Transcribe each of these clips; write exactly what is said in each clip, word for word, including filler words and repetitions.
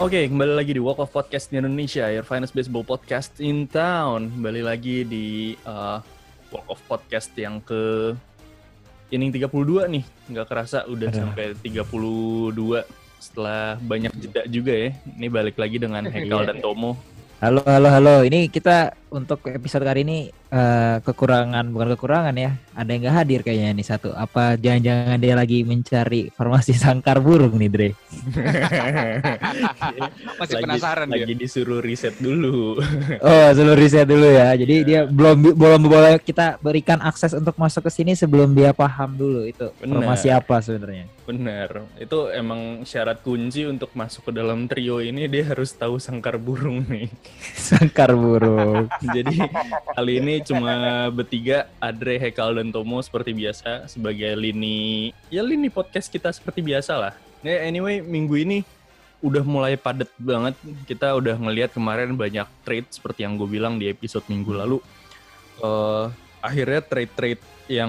Oke, kembali lagi di Walk of Podcast di Indonesia, your finest baseball podcast in town. Kembali lagi di uh, Walk of Podcast yang ke inning tiga puluh dua nih. Nggak kerasa udah Aduh. sampai tiga puluh dua setelah banyak jeda juga ya. Ini balik lagi dengan Hekal Iya. dan Tomo. Halo, halo, halo. Ini kita untuk episode kali ini uh, kekurangan, bukan kekurangan ya. Ada yang nggak hadir kayaknya nih satu. Apa jangan-jangan dia lagi mencari formasi sangkar burung nih, Dre? Masih lagi, penasaran dia. Lagi disuruh riset dulu. Oh, seluruh riset dulu ya. Jadi yeah. dia belum belum boleh kita berikan akses untuk masuk ke sini sebelum dia paham dulu itu Bener. formasi apa sebenarnya. Benar, itu emang syarat kunci untuk masuk ke dalam trio ini, dia harus tahu sangkar burung nih. Sangkar burung. Jadi kali ini cuma bertiga, Adre, Hekal, dan Tomo seperti biasa sebagai lini, ya lini podcast kita seperti biasa lah. Nah, anyway, minggu ini udah mulai padat banget. Kita udah ngelihat kemarin banyak trade seperti yang gue bilang di episode minggu lalu. Uh, akhirnya trade-trade yang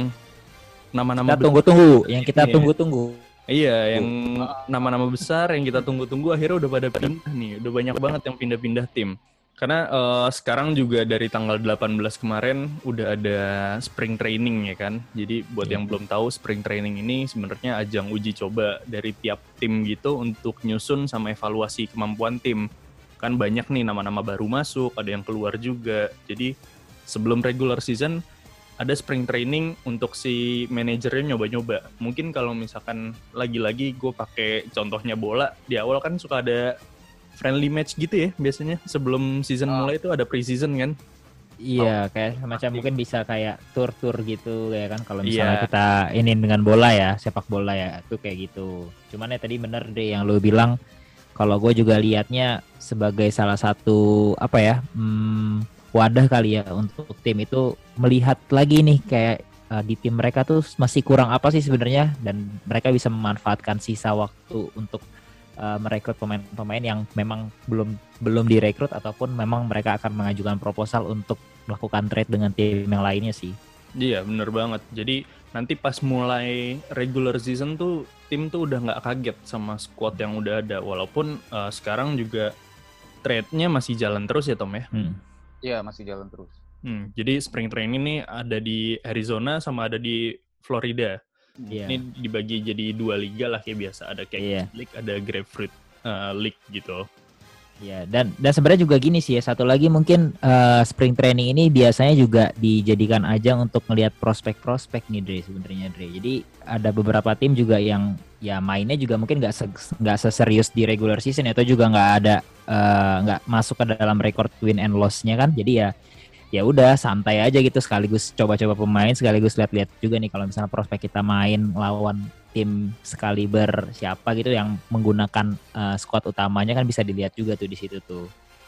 nama-nama kita tunggu-tunggu, yang kita Iya. tunggu-tunggu. Iya, yang nama-nama besar yang kita tunggu-tunggu akhirnya udah pada pindah nih. Udah banyak banget yang pindah-pindah tim. Karena uh, sekarang juga dari tanggal delapan belas kemarin udah ada spring training ya kan. Jadi buat Iya. yang belum tahu, spring training ini sebenarnya ajang uji coba dari tiap tim gitu untuk nyusun sama evaluasi kemampuan tim. Kan banyak nih nama-nama baru masuk, ada yang keluar juga. Jadi sebelum regular season ada spring training untuk si manajernya nyoba-nyoba. Mungkin kalau misalkan lagi-lagi gue pakai contohnya bola, di awal kan suka ada friendly match gitu ya biasanya. Sebelum season Oh. mulai itu ada pre-season kan. Iya, kayak semacam mungkin bisa kayak tur-tur gitu ya kan, kalau misalnya Iya. kita ini dengan bola ya, sepak bola ya, itu kayak gitu. Cuman ya tadi bener deh yang lu bilang, kalau gue juga liatnya sebagai salah satu apa ya, hmm, wadah kali ya untuk tim itu melihat lagi nih kayak uh, di tim mereka tuh masih kurang apa sih sebenarnya, dan mereka bisa memanfaatkan sisa waktu untuk uh, merekrut pemain-pemain yang memang belum belum direkrut ataupun memang mereka akan mengajukan proposal untuk melakukan trade dengan tim yang lainnya sih. Iya bener banget. Jadi nanti pas mulai regular season tuh tim tuh udah nggak kaget sama squad yang udah ada. Walaupun uh, sekarang juga trade-nya masih jalan terus ya Tom ya. Hmm. Iya, masih jalan terus. Hmm, jadi spring training ini ada di Arizona sama ada di Florida. Iya. Ini dibagi jadi dua liga lah kayak biasa. Ada Cactus Iya. League, ada Grapefruit uh, League gitu. Ya, dan dan sebenarnya juga gini sih ya, satu lagi mungkin uh, spring training ini biasanya juga dijadikan ajang untuk melihat prospek-prospek nih Dre sebenarnya Dre. Jadi ada beberapa tim juga yang ya mainnya juga mungkin nggak se- nggak seserius di regular season atau juga nggak ada uh, nggak masuk ke dalam record win and loss-nya kan. Jadi ya ya udah santai aja gitu, sekaligus coba-coba pemain, sekaligus lihat-lihat juga nih kalau misalnya prospek kita main lawan tim sekaliber siapa gitu yang menggunakan uh, squad utamanya kan bisa dilihat juga tuh di situ tuh.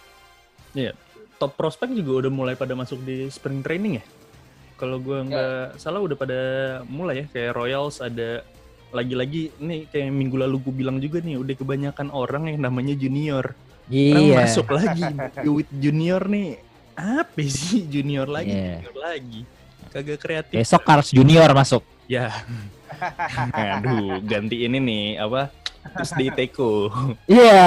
Iya, top prospek juga udah mulai pada masuk di spring training ya. Kalau gue nggak salah udah pada mulai ya, kayak Royals ada lagi-lagi nih kayak minggu lalu gue bilang juga nih udah kebanyakan orang yang namanya junior. Orang Iya. masuk lagi with junior nih. Apa sih junior lagi, Iya. junior lagi. Kagak kreatif. Besok Carlos Junior masuk. Ya. Aduh, ganti ini nih apa? Tuesday Teko. Iya.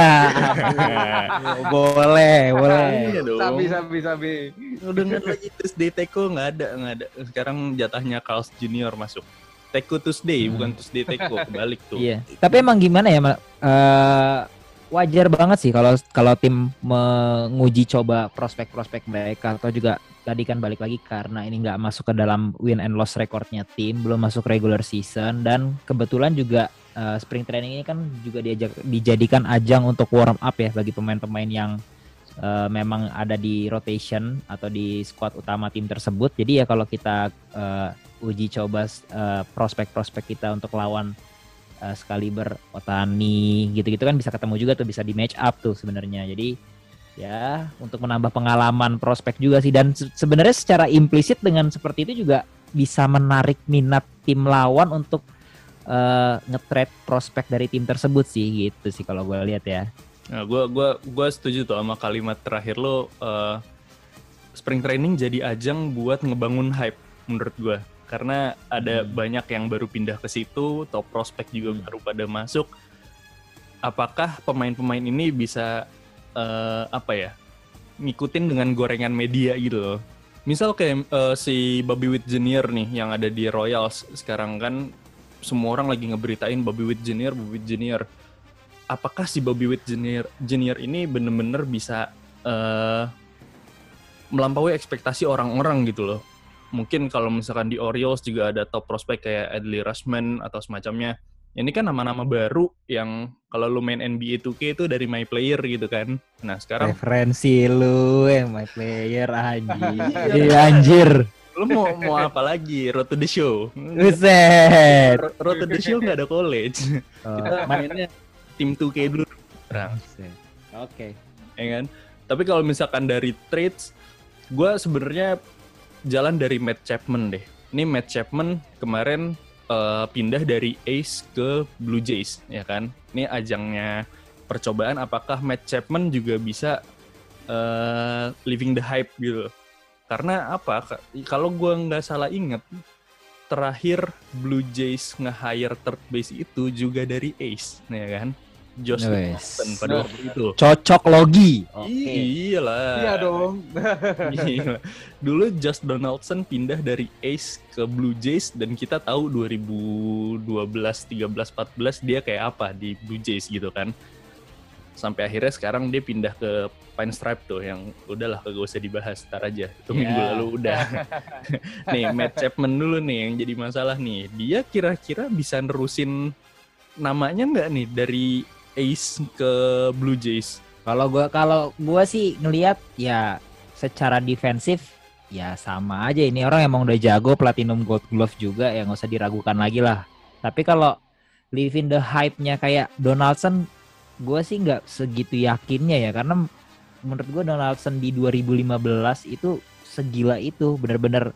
boleh, boleh. Iya dong. Sabi, sabi, sabi. Udah nggak lagi Tuesday Teko, nggak ada, nggak ada. Sekarang jatahnya Carlos Junior masuk. Teko Tuesday, Hmm. bukan Tuesday Teko, kebalik tuh. Iya. Tapi emang gimana ya, Ma- eh, wajar banget sih kalau kalau tim menguji coba prospek-prospek mereka, atau juga tadi kan balik lagi karena ini nggak masuk ke dalam win and loss recordnya tim, belum masuk regular season, dan kebetulan juga eh, spring training ini kan juga diajak, dijadikan ajang untuk warm up ya bagi pemain-pemain yang eh, memang ada di rotation atau di squad utama tim tersebut. Jadi ya kalau kita eh, uji coba eh, prospek-prospek kita untuk lawan Uh, sekaliber Otani gitu-gitu kan bisa ketemu juga tuh, bisa di match up tuh sebenarnya. Jadi ya untuk menambah pengalaman prospek juga sih, dan se- sebenarnya secara implisit dengan seperti itu juga bisa menarik minat tim lawan untuk uh, nge-trade prospek dari tim tersebut sih, gitu sih kalau gue lihat ya. Nah, gue gua gua setuju tuh sama kalimat terakhir lo. Uh, spring training jadi ajang buat ngebangun hype menurut gue. Karena ada Hmm. banyak yang baru pindah ke situ, top prospek juga Hmm. baru pada masuk. apakah pemain-pemain ini bisa uh, apa ya ngikutin dengan gorengan media gitu loh. Misal kayak uh, si Bobby Witt Junior nih yang ada di Royals sekarang kan semua orang lagi ngeberitain Bobby Witt Junior, Bobby Witt Junior. Apakah si Bobby Witt Junior, Junior ini bener-bener bisa uh, melampaui ekspektasi orang-orang gitu loh. Mungkin kalau misalkan di Orioles juga ada top prospek kayak Adley Rutschman atau semacamnya. Ini kan nama-nama baru yang kalau lu main N B A two K itu dari My Player gitu kan. Nah sekarang referensi lu yang My Player anjir. Iya anjir. Lu mau mau apa lagi? Road to the Show. Buset. Road to the Show nggak ada college. Oh, Kita mainnya tim two K dulu. Oke. Okay. Ya kan? Tapi kalau misalkan dari trades, gue sebenarnya jalan dari Matt Chapman deh. Ini Matt Chapman kemarin uh, pindah dari Ace ke Blue Jays, ya kan? Ini ajangnya percobaan apakah Matt Chapman juga bisa uh, living the hype gitu. Karena apa? Kalau gue nggak salah inget, terakhir Blue Jays nge-hire third base itu juga dari Ace, ya kan? Josh Donaldson pada waktu itu. Cocok logi. Okay. Iyalah. Iya dong. Gila. Dulu Josh Donaldson pindah dari Ace ke Blue Jays dan kita tahu dua ribu dua belas, tiga belas, empat belas dia kayak apa di Blue Jays gitu kan. Sampai akhirnya sekarang dia pindah ke Pinstripe tuh yang udahlah kagak usah dibahas, ntar aja. Itu yeah. Minggu lalu udah. Nih Matt Chapman dulu nih yang jadi masalah nih. Dia kira-kira bisa nerusin namanya nggak nih dari Ace ke Blue Jays? Kalau gua kalau gua sih ngelihat ya secara defensif ya sama aja, ini orang emang udah jago, platinum gold glove juga ya, nggak usah diragukan lagi lah. Tapi kalau living the hype-nya kayak Donaldson, gua sih nggak segitu yakinnya ya, karena menurut gua Donaldson di dua ribu lima belas itu segila itu, benar-benar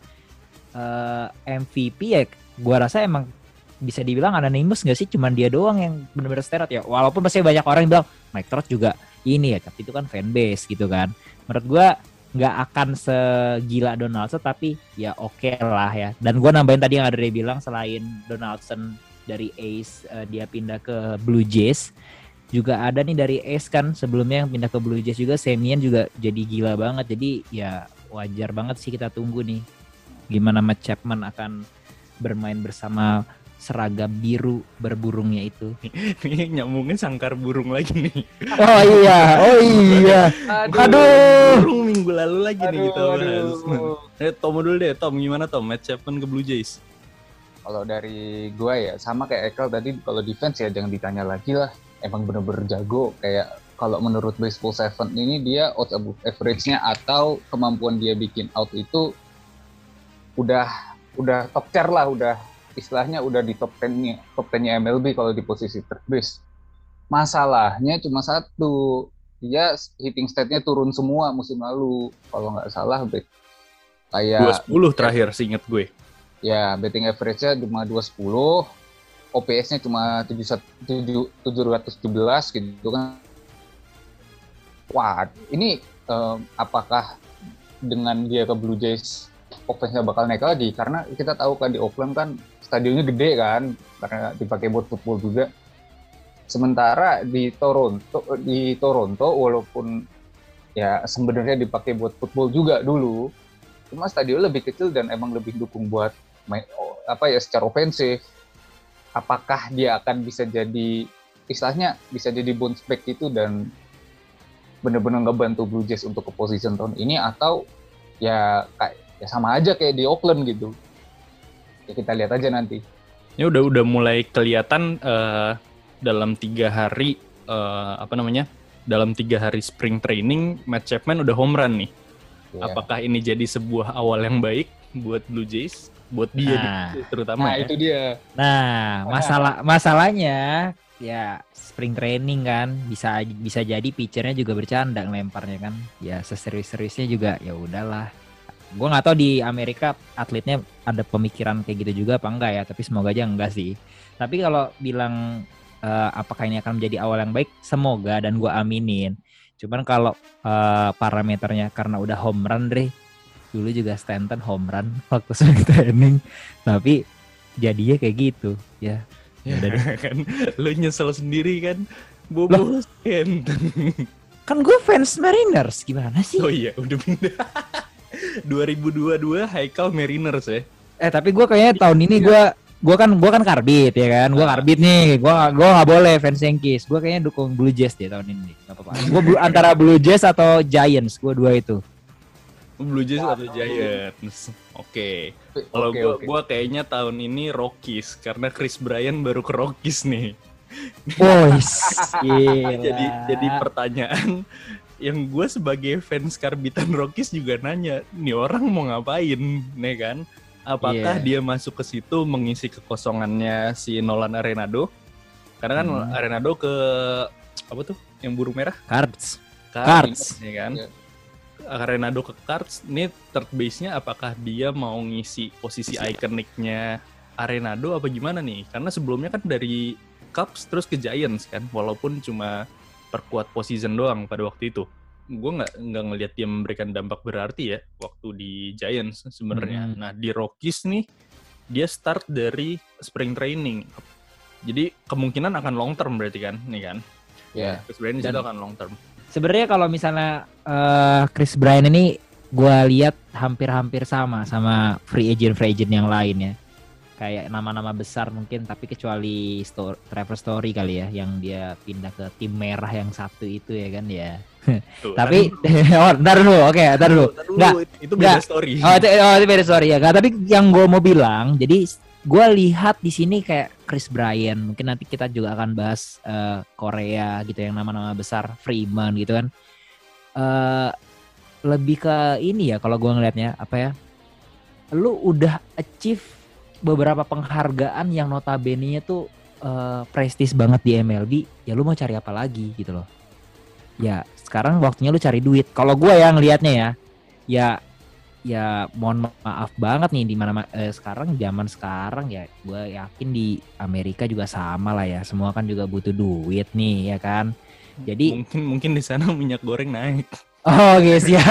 uh, M V P ya. Gua rasa emang bisa dibilang anonymous nggak sih, cuman dia doang yang benar-benar steroid ya, walaupun pasti banyak orang yang bilang Mike Trout juga ini ya, tapi itu kan fanbase gitu kan. Menurut gue nggak akan segila Donaldson, tapi ya oke okay lah ya. Dan gue nambahin tadi yang ada dia bilang, selain Donaldson dari Ace uh, dia pindah ke Blue Jays, juga ada nih dari Ace kan sebelumnya yang pindah ke Blue Jays juga, Semien juga jadi gila banget. Jadi ya wajar banget sih kita tunggu nih gimana Matt Chapman akan bermain bersama seragam biru berburungnya itu. Ini nyambungnya sangkar burung lagi nih. Oh iya, oh iya. Aduh. Aduh. Burung minggu lalu lagi aduh, nih kita bahas. Eh, Tom dulu deh, Tom gimana Tom? Matt Chapman ke Blue Jays. Kalau dari gua ya sama kayak Ekel tadi, kalau defense ya jangan ditanya lagi lah. Emang bener-bener jago. Kayak kalau menurut Baseball Seven ini dia out above average-nya atau kemampuan dia bikin out itu udah udah top tier lah, udah istilahnya udah di top ten-nya, top ten-nya M L B kalau di posisi third base. Masalahnya cuma satu, dia hitting stat-nya turun semua musim lalu. Kalau nggak salah, bet kayak dua sepuluh terakhir seingat gue. Ya, betting average-nya cuma dua sepuluh, O P S-nya cuma tujuh ratus tujuh belas gitu kan. Wah, ini eh, apakah dengan dia ke Blue Jays offense-nya bakal naik lagi? Karena kita tahu kan di Oakland kan stadionnya gede kan, karena dipakai buat football juga. Sementara di Toronto, di Toronto walaupun ya sebenarnya dipakai buat football juga dulu, cuma stadion lebih kecil dan emang lebih dukung buat main, apa ya secara ofensif. Apakah dia akan bisa jadi istilahnya bisa jadi bounce back itu dan benar-benar ngebantu Blue Jays untuk ke position tahun ini, atau ya kayak ya sama aja kayak di Oakland gitu. Ya kita lihat aja nanti. Ini udah udah mulai kelihatan uh, dalam tiga hari uh, apa namanya dalam tiga hari spring training Matt Chapman udah home run nih. Yeah. Apakah ini jadi sebuah awal yang baik buat Blue Jays, buat dia nah, di, terutama? Nah ya. Itu dia. Nah masalah masalahnya ya spring training kan bisa bisa jadi pitchernya juga bercanda ngelemparnya kan. Ya seserius-seriusnya juga ya udahlah. Gue nggak tahu di Amerika atletnya ada pemikiran kayak gitu juga apa enggak ya, tapi semoga aja enggak sih. Tapi kalau bilang uh, apakah ini akan menjadi awal yang baik, semoga dan gue aminin. Cuman kalau uh, parameternya karena udah home run deh, dulu juga Stanton home run waktu spring training, tapi jadinya kayak gitu ya. Ya, kan lu nyesel sendiri kan. Bobo Stanton. Kan gue fans Mariners, gimana sih? Oh iya, udah pindah. dua ribu dua puluh dua Haikal Mariners ya. Eh tapi gue kayaknya tahun ini gue gue kan gue kan karbit ya kan, gue Ah. karbit nih, gue gue nggak boleh fans Yankees, gue kayaknya dukung Blue Jays deh tahun ini, nggak apa-apa. Gue antara Blue Jays atau Giants, gue dua itu. Blue Jays Wah, atau Giants. Oke. Oke, Kalau oke, gua oke. gua kayaknya tahun ini Rockies karena Chris Bryant baru ke Rockies nih. Boys, gila. Jadi jadi pertanyaan yang gue sebagai fans karbitan Rockies juga nanya, nih orang mau ngapain, nih kan? Apakah Iya. dia masuk ke situ mengisi kekosongannya si Nolan Arenado? Karena kan Hmm. Arenado ke apa tuh? Yang burung merah? Cards. Cards, ya kan? Iya. Arenado ke Cards, ini third base-nya apakah dia mau ngisi posisi ikoniknya Arenado apa gimana nih? Karena sebelumnya kan dari Cubs terus ke Giants kan, walaupun cuma perkuat position doang pada waktu itu. Gue nggak nggak ngelihat dia memberikan dampak berarti ya waktu di Giants sebenarnya. Hmm. Nah di Rockies nih dia start dari spring training, jadi kemungkinan akan long term berarti kan, nih kan? Ya. Chris Bryant Dan- itu akan long term. Sebenarnya kalau misalnya eh, Chris Bryant ini gue lihat hampir-hampir sama sama free agent free agent yang lain ya. Kayak nama-nama besar mungkin, tapi kecuali Sto- Trevor Story kali ya, yang dia pindah ke tim merah yang satu itu ya kan ya. Tuh, Tapi kan? oh, ntar dulu, oke, ntar dulu. Ntar dulu, Nggak, itu beda nggak. story. Oh itu, oh, itu beda story ya. Nggak, tapi yang gue mau bilang, jadi gue lihat di sini kayak Chris Bryant, mungkin nanti kita juga akan bahas eh, Korea gitu, yang nama-nama besar, Freeman gitu kan. Eh lebih ke ini ya kalau gue ngelihatnya apa ya? Lu udah achieve beberapa penghargaan yang notabene-nya tuh eh, prestis banget di M L B, ya lu mau cari apa lagi gitu loh. Ya sekarang waktunya lu cari duit. Kalau gue yang lihatnya ya, ya ya mohon maaf banget nih, di mana eh, sekarang zaman sekarang ya gue yakin di Amerika juga sama lah ya, semua kan juga butuh duit nih ya kan. Jadi mungkin mungkin di sana minyak goreng naik. oh guys ya.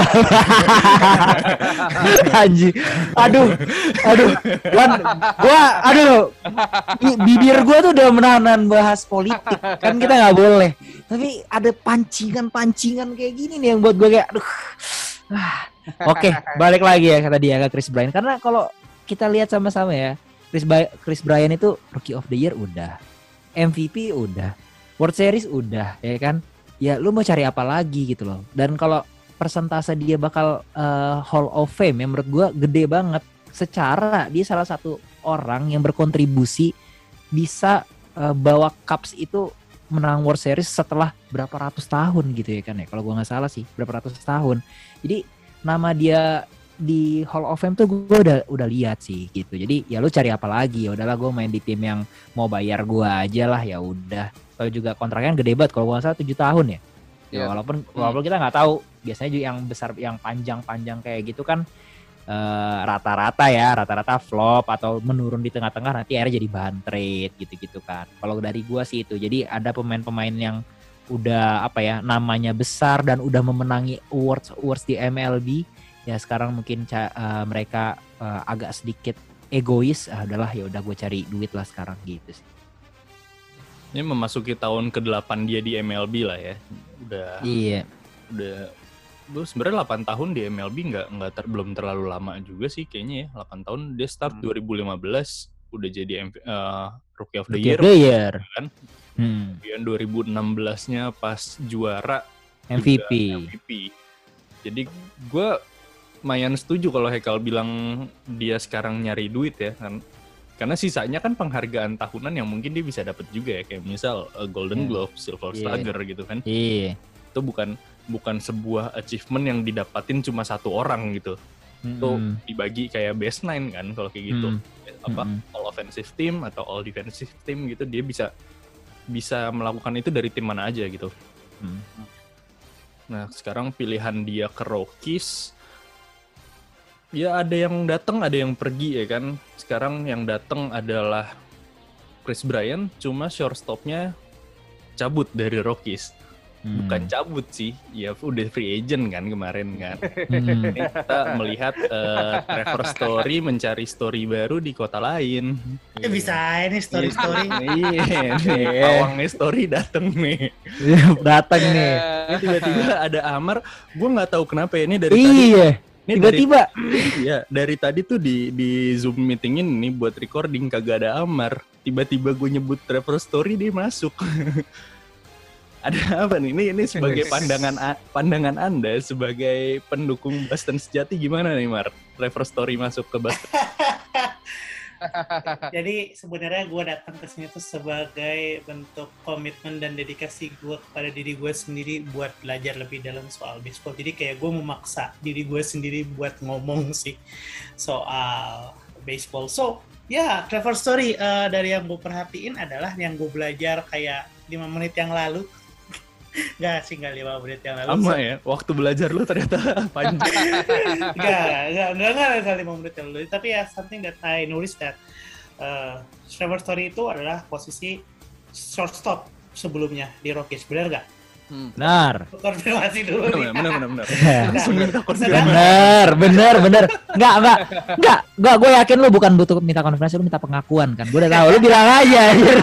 Anjing. Aduh. Aduh. Wan, gua aduh. bi- Bibir gua tuh udah menahan bahas politik. Kan kita nggak boleh. Tapi ada pancingan-pancingan kayak gini nih yang buat gua kayak aduh. Ah. Oke, balik lagi ya kata dia ke Chris Bryant, karena kalau kita lihat sama-sama ya, Chris By- Chris Bryant itu Rookie of the Year udah, M V P udah, World Series udah, ya kan? Ya lu mau cari apa lagi gitu loh. Dan kalau persentase dia bakal uh, Hall of Fame, yang menurut gua gede banget. Secara dia salah satu orang yang berkontribusi bisa uh, bawa Cubs itu menang World Series setelah berapa ratus tahun gitu ya kan ya. Kalau gua nggak salah sih berapa ratus tahun. Jadi nama dia di Hall of Fame tuh gue udah udah lihat sih gitu. Jadi ya lu cari apa lagi? Ya udahlah, gue main di tim yang mau bayar gua aja lah, ya udah. Kalau juga kontraknya kan gede banget, kalau gua nggak salah tujuh tahun ya. Ya, Iya. walaupun walaupun kita nggak tahu, biasanya juga yang besar yang panjang-panjang kayak gitu kan eh, rata-rata ya, rata-rata flop atau menurun di tengah-tengah, nanti akhirnya jadi bahan trade gitu-gitu kan. Kalau dari gua sih itu. Jadi ada pemain-pemain yang udah apa ya, namanya besar dan udah memenangi awards awards di M L B, ya sekarang mungkin ca- eh, mereka eh, agak sedikit egois. Ah, udahlah ya udah gue cari duit lah sekarang gitu sih. Ini memasuki tahun kedelapan dia di M L B lah ya. Udah Iya. udah lu sebenarnya delapan tahun di M L B nggak nggak ter, belum terlalu lama juga sih kayaknya ya. delapan tahun dia start Hmm. dua ribu lima belas udah jadi M V, eh, Rookie of the Rookie Year of the Year. kan. Hmm. Kemudian dua ribu enam belas-nya pas juara M V P. juga M V P. Jadi gue lumayan setuju kalau Hekal bilang dia sekarang nyari duit ya kan. Karena sisanya kan penghargaan tahunan yang mungkin dia bisa dapat juga ya, kayak misal uh, Golden Yeah. Glove, Silver Yeah. Slugger gitu kan. Iya. Itu bukan bukan sebuah achievement yang didapatin cuma satu orang gitu. Itu Mm-mm. dibagi kayak best nine kan kalau kayak gitu. Mm. Apa Mm-mm. all offensive team atau all defensive team gitu, dia bisa bisa melakukan itu dari tim mana aja gitu. Mm. Nah, sekarang pilihan dia ke Rockies, ya ada yang datang, ada yang pergi ya kan. Sekarang yang datang adalah Chris Bryant, cuma shortstopnya cabut dari Rockies. bukan cabut sih, ya udah free agent kan kemarin kan. Hmm. Ini kita melihat uh, Trevor Story mencari story baru di kota lain. Eh, bisa ini story-story. Iya, nih pawangnya Story dateng nih. Datang nih. Ini tiba-tiba ada Amar, gue nggak tahu kenapa ya, ini dari tadi. Iya. Ini Tiba-tiba. Dari, iya, dari tadi tuh di di Zoom meeting ini buat recording kagak ada Amar. Tiba-tiba gue nyebut Trevor Story dia masuk. Ada apa nih? Ini ini sebagai pandangan pandangan Anda sebagai pendukung Boston sejati gimana nih, Mar? Trevor Story masuk ke Boston. Jadi sebenarnya gue datang ke sini tuh sebagai bentuk komitmen dan dedikasi gue kepada diri gue sendiri buat belajar lebih dalam soal baseball. Jadi kayak gue memaksa diri gue sendiri buat ngomong sih soal baseball. So ya, yeah, Trevor Story uh, dari yang gue perhatiin adalah yang gue belajar kayak lima menit yang lalu. Nggak sih, nggak lima menit yang lalu. Sama ya, waktu belajar lu ternyata panjang. Nggak, nggak, nggak, nggak, nggak lima menit yang lalu. Tapi ya, something that I noticed that uh, Trevor Story itu adalah posisi shortstop sebelumnya di Rockies. Benar nggak? Hmm. Benar. Konfirmasi dulu nih. Benar, benar, benar. Benar, benar, benar. Enggak, enggak, enggak, enggak. Gue yakin lu bukan butuh minta konfirmasi, lu minta pengakuan kan. Gue udah tahu, lu bilang aja.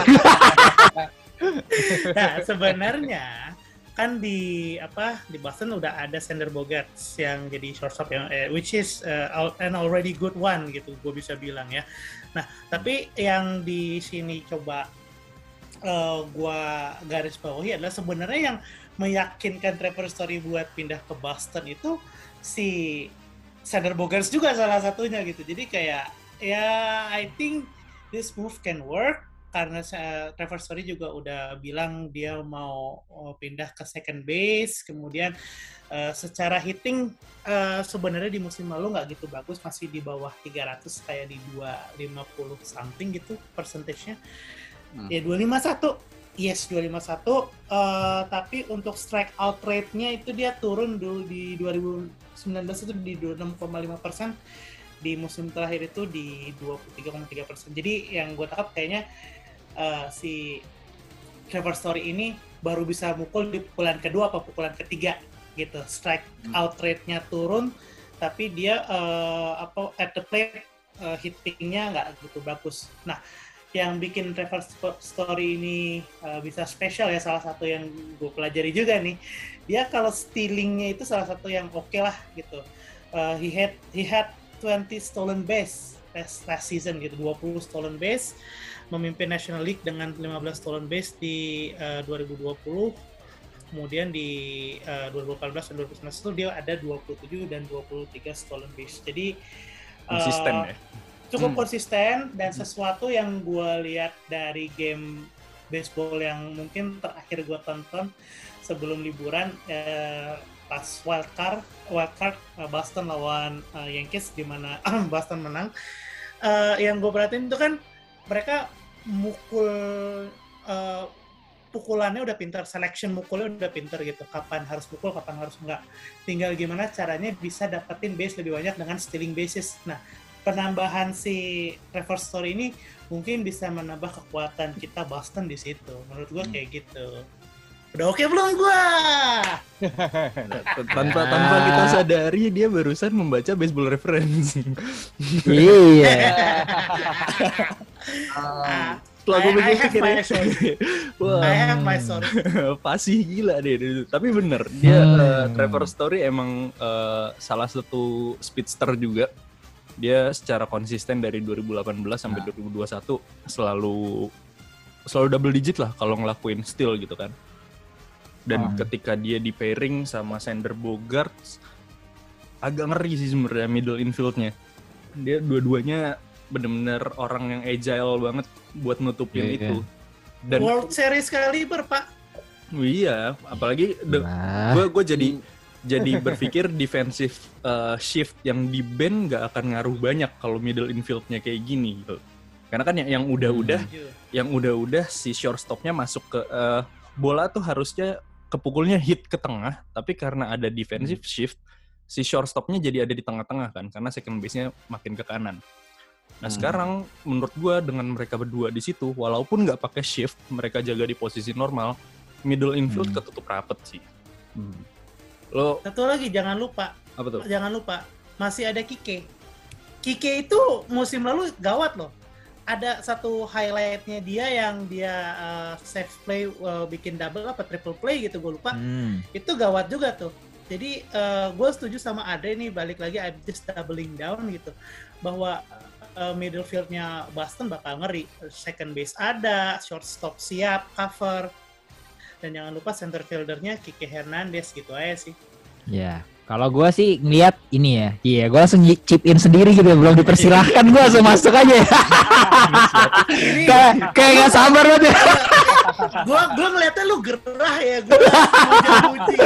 Nah, sebenarnya kan di apa di Boston udah ada Xander Bogaerts yang jadi shortstop yang eh, which is uh, an already good one gitu, gue bisa bilang ya. Nah, tapi yang di sini coba uh, gue garis bawahi adalah sebenarnya yang meyakinkan Trevor Story buat pindah ke Boston itu si Xander Bogaerts juga salah satunya gitu. Jadi kayak ya I think this move can work. Karena uh, Trevor Story juga udah bilang dia mau uh, pindah ke second base, kemudian uh, secara hitting uh, sebenarnya di musim lalu nggak gitu bagus, masih di bawah tiga ratus kayak di dua lima puluh something gitu persentasenya. Hmm. Ya dua lima satu, yes dua lima satu, uh, tapi untuk strikeout rate-nya itu dia turun dulu di dua ribu sembilan belas itu di dua puluh enam koma lima persen, di musim terakhir itu di dua puluh tiga koma tiga persen. Jadi yang gue tangkap kayaknya Uh, si Trevor Story ini baru bisa mukul di pukulan kedua apa pukulan ketiga gitu. Strike out rate-nya turun, tapi dia uh, apa at the plate uh, hitting-nya nggak gitu bagus. Nah, yang bikin Trevor Story ini uh, bisa spesial ya, salah satu yang gue pelajari juga nih, dia kalau stealing-nya itu salah satu yang oke okay lah gitu. Uh, he had he had twenty stolen base last, last season gitu, dua puluh stolen base. Memimpin National League dengan lima belas stolen base di uh, dua ribu dua puluh, kemudian di uh, dua ribu delapan belas dan dua ribu sembilan belas itu dia ada dua puluh tujuh dan dua puluh tiga stolen base. Jadi konsisten uh, ya. Cukup hmm. konsisten dan sesuatu yang gue lihat dari game baseball yang mungkin terakhir gue tonton sebelum liburan uh, pas wild card, wild card uh, Boston lawan uh, Yankees di mana Boston menang. Uh, yang gue perhatiin itu kan mereka mukul uh, pukulannya udah pintar, selection mukulnya udah pintar gitu. Kapan harus pukul, kapan harus enggak. Tinggal gimana caranya bisa dapetin base lebih banyak dengan stealing bases. Nah, penambahan si Trevor Story ini mungkin bisa menambah kekuatan kita Boston di situ. Menurut gua kayak gitu. Udah oke okay belum gua? tanpa tanpa kita sadari dia barusan membaca Baseball Reference. Iya. Uh, Setelah gue pikir-pikir ya, wah, I have my source. Fasih gila deh. Tapi bener, dia hmm. uh, Trevor Story emang uh, salah satu speedster juga. Dia secara konsisten dari dua ribu delapan belas sampai dua ribu dua puluh satu selalu selalu double digit lah kalau ngelakuin steal gitu kan. Dan hmm. ketika dia di pairing sama Xander Bogaerts, agak ngeri sih sebenarnya middle infield-nya. Dia dua-duanya benar-benar orang yang agile banget buat nutupin yeah, itu. Yeah. Dan World Series caliber, Pak. Iya, apalagi gue gue jadi jadi berpikir defensive uh, shift yang di ban nggak akan ngaruh banyak kalau middle infield-nya kayak gini gitu. Karena kan yang, yang udah-udah, hmm. yang udah-udah si shortstop-nya masuk ke uh, bola tuh harusnya kepukulnya hit ke tengah, tapi karena ada defensive hmm. shift, si shortstop-nya jadi ada di tengah-tengah kan, karena second base-nya makin ke kanan. Nah hmm. sekarang menurut gue dengan mereka berdua di situ, walaupun nggak pakai shift, mereka jaga di posisi normal, middle infield Hmm. ketutup rapet sih. Hmm. Lo Satu lagi jangan lupa, apa tuh? jangan lupa masih ada Kike. Kike itu musim lalu gawat loh. Ada satu highlightnya dia yang dia uh, save play uh, bikin double apa triple play gitu gue lupa. Hmm. Itu gawat juga tuh. Jadi uh, gue setuju sama Ade nih, balik lagi I'm just doubling down gitu bahwa uh, middle fieldnya Boston bakal ngeri. Second base ada, shortstop siap, cover, dan jangan lupa center fieldernya Kike Hernandez gitu aja sih. Ya, kalau gue sih ngeliat ini ya, iya gue langsung chip in sendiri gitu, belum dipersilahkan gue langsung masuk aja. Ini kayak kayak nggak sabar banget. Ya. gua gua ngeliatnya lu gerah ya, gua muji-muji.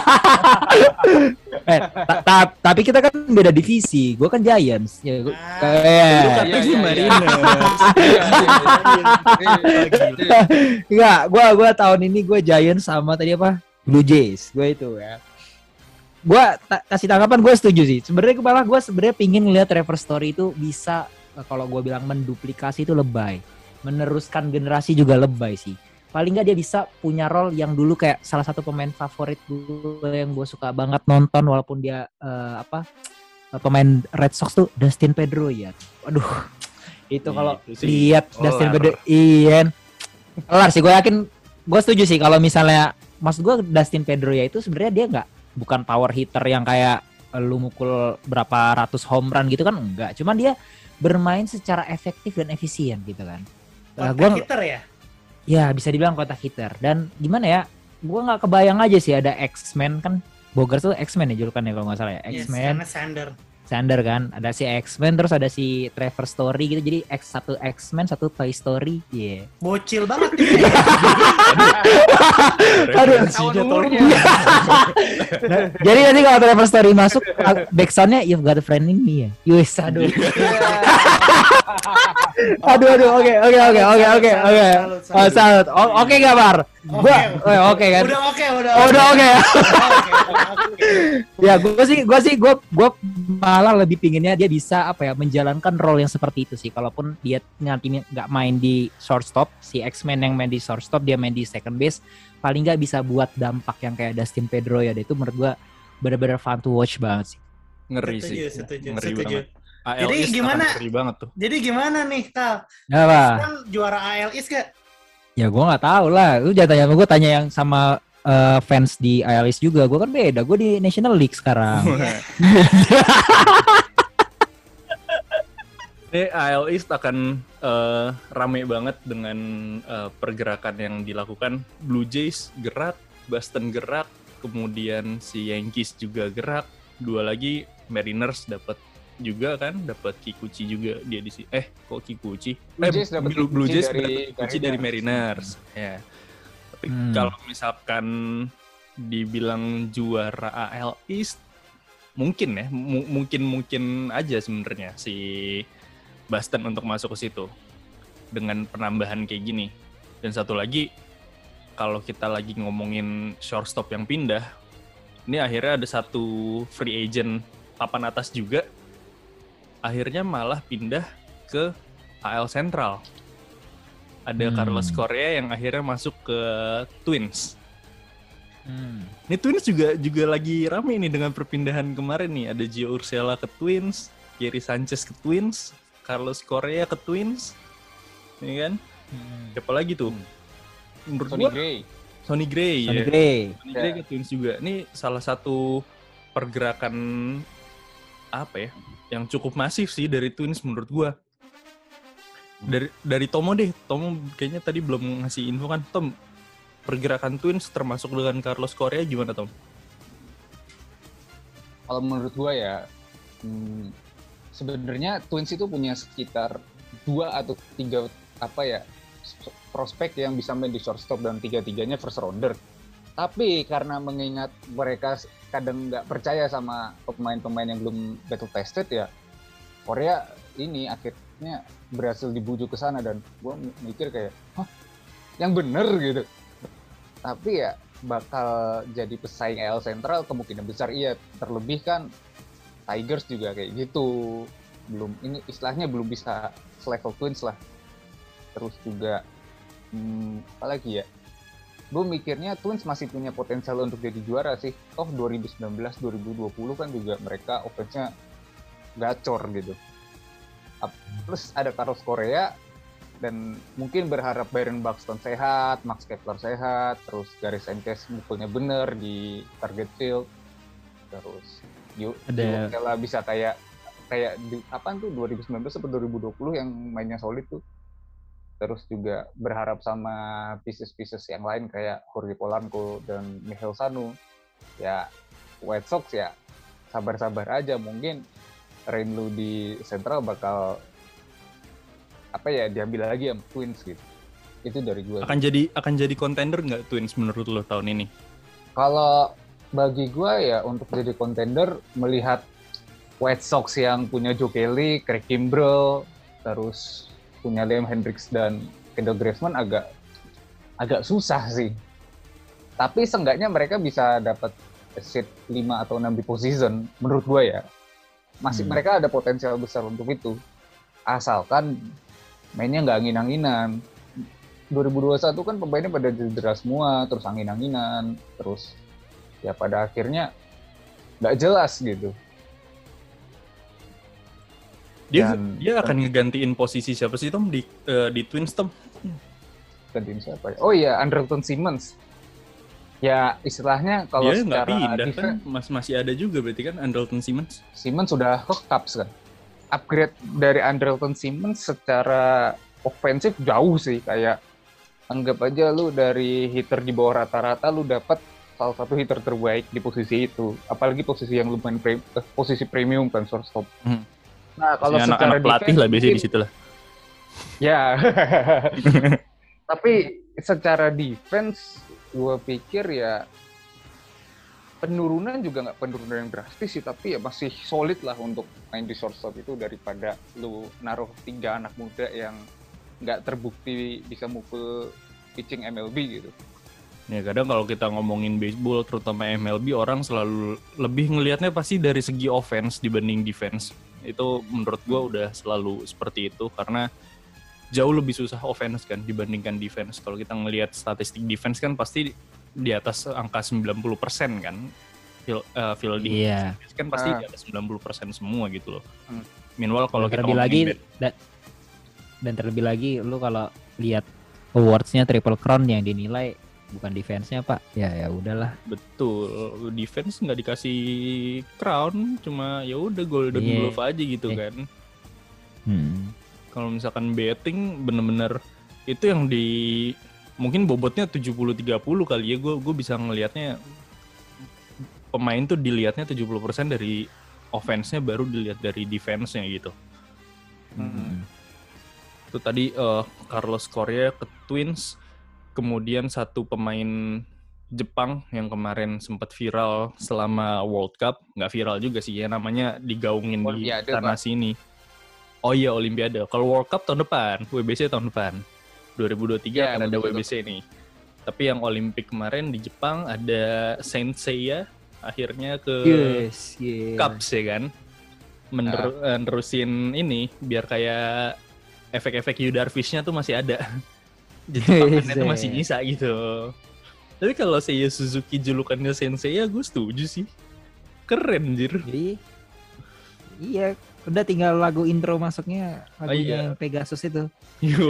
eh, ta- ta- tapi kita kan beda divisi, gue kan Giants. Ya, gua, Ah. kayak- Lu Iya, kata iya, gue iya. Mariners. Iya, iya, iya. Enggak, gue gua tahun ini gue Giants sama tadi apa Blue Jays, gue itu ya. Gue ta- kasih tanggapan, gue setuju sih. Sebenarnya malah gue sebenarnya pingin ngeliat Trevor Story itu bisa, kalau gue bilang menduplikasi itu lebay, meneruskan generasi juga lebay sih. Paling nggak dia bisa punya role yang dulu kayak salah satu pemain favorit gue yang gue suka banget nonton walaupun dia eh, apa pemain Red Sox tuh Dustin Pedro ya. Waduh, itu kalau Itu sih lihat kelar. Dustin Pedro, iya, kelar sih. Gue yakin, gue setuju sih kalau misalnya, maksud gue Dustin Pedro ya itu sebenarnya dia nggak bukan power hitter yang kayak eh, lu mukul berapa ratus home run gitu kan, enggak. Cuman dia bermain secara efektif dan efisien gitu kan. Uh, Kontak gua hitter ya? ya bisa dibilang kotak hitter, dan gimana ya, gue nggak kebayang aja sih ada X-Men kan, Bogart tuh X-Men ya julukannya kalau nggak salah ya, Yes, X-Men, karena Sander. Sander kan, ada si X-Men, terus ada si Trevor Story gitu, jadi X satu X-Men, satu Toy Story, iya. Bocil banget gitu. Aduh. Referensinya tolong. Nah, jadi nanti kalau Trevor Story masuk, backsoundnya you've got a friend in me ya, yes, aduh, aduh, aduh, oke, oke, oke, oke, oke, oke, Salut, salut. oh salut, O- oke nggak Bar? Gua, Oke, oh, oke kan? Udah oke, udah Oh, udah oke ya. Oke, oke. Ya, gue sih, gue sih, gue, gue malah lebih pinginnya dia bisa apa ya, menjalankan role yang seperti itu sih. Kalaupun dia nantinya nggak main di shortstop, si X-Men yang main di shortstop, dia main di second base, paling nggak bisa buat dampak yang kayak Dustin Pedro ya. Itu menurut gue benar-benar fun to watch banget sih. Ngeri Setuju, sih. setuju, Ngeri setuju. banget. A L Jadi East gimana? akan ngeri banget tuh. Jadi gimana nih, Kal? Apa? Kan juara A L East gak? Ya gue nggak tahu lah. Lu jangan tanya sama gue, tanya yang sama eh, fans di A L East juga. Gue kan beda. Gue di National League sekarang. Ini A L East akan eh, rame banget dengan eh, pergerakan yang dilakukan. Blue Jays gerak, Boston gerak, kemudian si Yankees juga gerak. Dua lagi Mariners dapat juga kan, dapat Kikuchi juga dia di sini. Eh, kok Kikuchi? Blue Eh, Jays dapat Blue, Blue Kikuchi Jays dari dapat Kikuchi dari Mariners. Ya. Tapi Hmm. kalau misalkan dibilang juara A L East, mungkin ya, mu- mungkin mungkin aja sebenarnya si Boston untuk masuk ke situ dengan penambahan kayak gini. Dan satu lagi, kalau kita lagi ngomongin shortstop yang pindah, ini akhirnya ada satu free agent papan atas juga, akhirnya malah pindah ke A L Central. Ada Hmm. Carlos Correa yang akhirnya masuk ke Twins. Hmm. Ini Twins juga juga lagi rame nih dengan perpindahan kemarin nih. Ada Gio Urshela ke Twins, Gary Sanchez ke Twins, Carlos Correa ke Twins, ya kan? Hmm. Siapa lagi tuh? Menurut Sonny gua Gray. Sonny Gray, Sonny ya. Gray. Sonny Gray Ya. ke Twins juga. Ini salah satu pergerakan apa ya? Yang cukup masif sih dari Twins menurut gua. Dari dari Tomo deh. Tomo kayaknya tadi belum ngasih info kan. Tom, pergerakan Twins termasuk dengan Carlos Correa gimana, Tom? Kalau menurut gua ya, hmm, sebenarnya Twins itu punya sekitar dua atau tiga apa ya prospek yang bisa main di shortstop dan tiga-tiganya first rounder. Tapi karena mengingat mereka kadang nggak percaya sama pemain-pemain yang belum battle tested ya, Korea ini akhirnya berhasil dibujuk ke sana dan gua mikir kayak, hah, yang bener gitu. Tapi ya bakal jadi pesaing A L Central kemungkinan besar iya, terlebih kan Tigers juga kayak gitu, belum ini istilahnya belum bisa selevel Twins lah. Terus juga hmm, apa lagi ya, gue mikirnya Twins masih punya potensial untuk jadi juara sih. Toh dua ribu sembilan belas dua ribu dua puluh kan juga mereka offense-nya gacor gitu. Plus ada Carlos Correa, dan mungkin berharap Byron Buxton sehat, Max Kepler sehat, terus Gary Sanchez mukulnya bener di target field, terus ada Gio bisa kayak kayak di apaan tuh dua ribu sembilan belas atau dua ribu dua puluh yang mainnya solid tuh. Terus juga berharap sama pieces-pieces yang lain kayak Jorge Polanco dan Michael Sanu. Ya White Sox ya sabar-sabar aja, mungkin Rainlu di Central bakal apa ya diambil lagi sama Twins gitu. Itu dari gue. Akan jadi akan jadi contender nggak Twins menurut lo tahun ini? Kalau bagi gue ya untuk jadi contender melihat White Sox yang punya Joe Kelly, Craig Kimbrel, terus punya Liam Hendricks dan Kendall Graveman agak agak susah sih. Tapi seenggaknya mereka bisa dapat seed lima atau enam di postseason menurut gue ya. Masih hmm. mereka ada potensial besar untuk itu. Asalkan mainnya nggak angin-anginan. dua ribu dua puluh satu kan pemainnya pada cedera semua, terus angin-anginan, terus ya pada akhirnya nggak jelas gitu. Dia Dan, dia akan ngegantiin posisi siapa sih Tom di uh, di Twins Tom? Gantiin siapa ya? Oh iya, Andrelton Simmons. Ya istilahnya kalau dia secara pindah defense, kan mas masih ada juga berarti kan Andrelton Simmons. Simmons sudah ke Cubs kan. Upgrade dari Andrelton Simmons secara ofensif jauh sih, kayak anggap aja lu dari hitter di bawah rata-rata lu dapat salah satu hitter terbaik di posisi itu. Apalagi posisi yang lumayan pre, posisi premium kan shortstop. Hmm. Nah, kalau secara anak-anak pelatih lah biasanya di situ lah. Ya. Tapi secara defense gue pikir ya penurunan juga nggak penurunan yang drastis sih, tapi ya masih solid lah untuk main di shortstop itu daripada lu naruh tiga anak muda yang nggak terbukti bisa mukul pitching M L B gitu. Ya kadang kalau kita ngomongin baseball terutama M L B orang selalu lebih ngelihatnya pasti dari segi offense dibanding defense. Itu menurut gue udah selalu seperti itu karena jauh lebih susah offense kan dibandingkan defense. Kalau kita ngelihat statistik defense kan pasti di atas angka sembilan puluh persen kan. Field, uh, fielding yeah. kan pasti uh. di atas sembilan puluh persen semua gitu loh. Hmm. Meanwhile kalau kita terlebih lagi dan, dan terlebih lagi lu kalau lihat awards-nya Triple Crown yang dinilai bukan defense-nya Pak. Ya ya udahlah. Betul. Defense nggak dikasih crown, cuma ya udah Golden yeah. Glove aja gitu yeah. kan. Hmm. Kalau misalkan betting bener-bener itu yang di mungkin bobotnya tujuh puluh tiga puluh kali ya, gue gue bisa ngelihatnya pemain tuh dilihatnya tujuh puluh persen dari offense-nya baru dilihat dari defense-nya gitu. Hmm. Itu tadi uh, Carlos Correa ke Twins. Kemudian satu pemain Jepang yang kemarin sempat viral selama World Cup, nggak viral juga sih ya, namanya digaungin Olimpiade, di sana sini. Oh iya Olimpiade. Kalau World Cup tahun depan, W B C tahun depan. dua ribu dua puluh tiga ya, akan ada W B C nih. Tapi yang Olimpik kemarin di Jepang ada Saint Seiya akhirnya ke yes, yeah. Cubs ya kan. Mener- uh. Nerusin ini biar kayak efek-efek Yu Darvish-nya tuh masih ada. Jadi pakannya tuh masih nyisa gitu. Tapi kalau Seiya Suzuki julukannya Sensei ya gue setuju sih. Keren anjir. Jadi, iya, udah tinggal lagu intro masuknya lagunya oh, iya. yang Pegasus itu. Yo.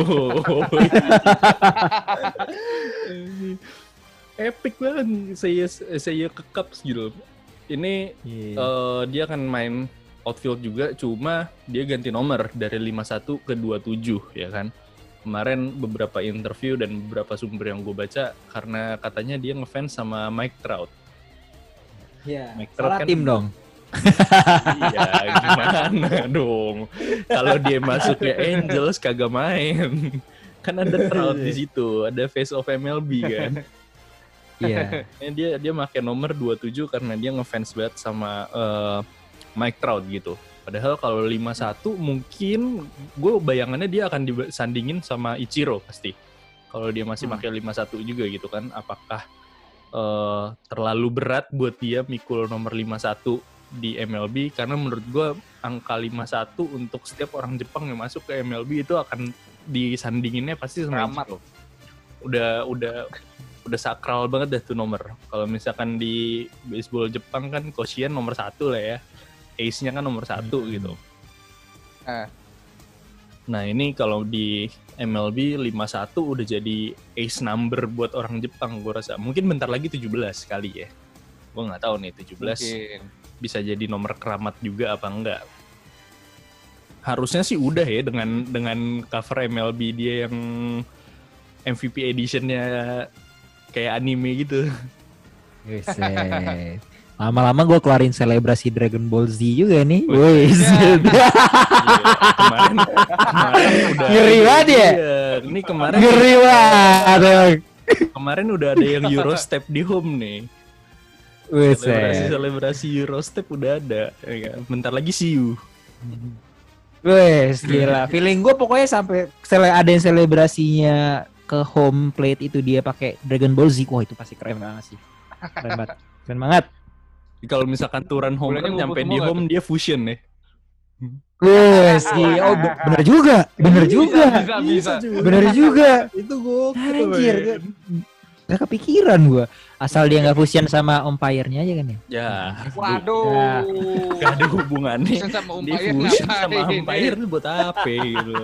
Epic banget Seiya Seiya ke Cubs gitu. Ini yeah. uh, dia akan main outfield juga, cuma dia ganti nomor dari lima puluh satu ke dua puluh tujuh ya kan. Kemarin beberapa interview dan beberapa sumber yang gue baca karena katanya dia ngefans sama Mike Trout. Iya. Mike Trout kan tim dong. Iya, gimana dong? Kalau dia masuknya Angels kagak main. Kan ada Trout di situ, ada face of M L B kan. Iya. Yeah. Dia dia pakai nomor dua puluh tujuh karena dia ngefans banget sama uh, Mike Trout gitu. Padahal kalau lima puluh satu mungkin gue bayangannya dia akan disandingin sama Ichiro pasti. Kalau dia masih hmm. pakai lima puluh satu juga gitu kan. Apakah uh, terlalu berat buat dia mikul nomor lima puluh satu di M L B? Karena menurut gue angka lima puluh satu untuk setiap orang Jepang yang masuk ke M L B itu akan disandinginnya pasti sama Ichiro. Udah udah udah sakral banget dah tuh nomor. Kalau misalkan di baseball Jepang kan Koshien nomor satu lah ya, ace-nya kan nomor satu hmm. gitu. Eh. Nah ini kalau di M L B lima satu udah jadi ace number buat orang Jepang gue rasa. Mungkin bentar lagi tujuh belas kali ya. Gue nggak tahu nih tujuh belas mungkin bisa jadi nomor keramat juga apa enggak. Harusnya sih udah ya dengan dengan cover M L B dia yang M V P editionnya kayak anime gitu. Wiset. Lama-lama gue keluarin selebrasi Dragon Ball Z juga nih. Wih, ya. kemarin, kemarin udah ngeri banget ya. Ini kemarin ngeri banget. Kemarin udah ada yang Eurostep di home nih. Wiset. Selebrasi selebrasi Eurostep udah ada. Ya, bentar lagi see you. Wes gila. Feeling gue pokoknya sampai sele- ada yang selebrasinya ke home plate itu dia pakai Dragon Ball Z. Wah itu pasti keren banget sih. Keren banget. Keren banget. Kalau misalkan turun home run nyampe di home dia fusion ya. Wes gila. Oh bener juga. Bener juga. Bisa, bisa, bisa. Bener juga. Itu gokil. Anjir. Gak kepikiran gue. Asal dia gak fusion sama umpire-nya aja kan ya. Ya. Waduh. Ya. Gak ada hubungannya. Sama Dia umpire fusion ngapain? sama umpire itu buat apa gitu.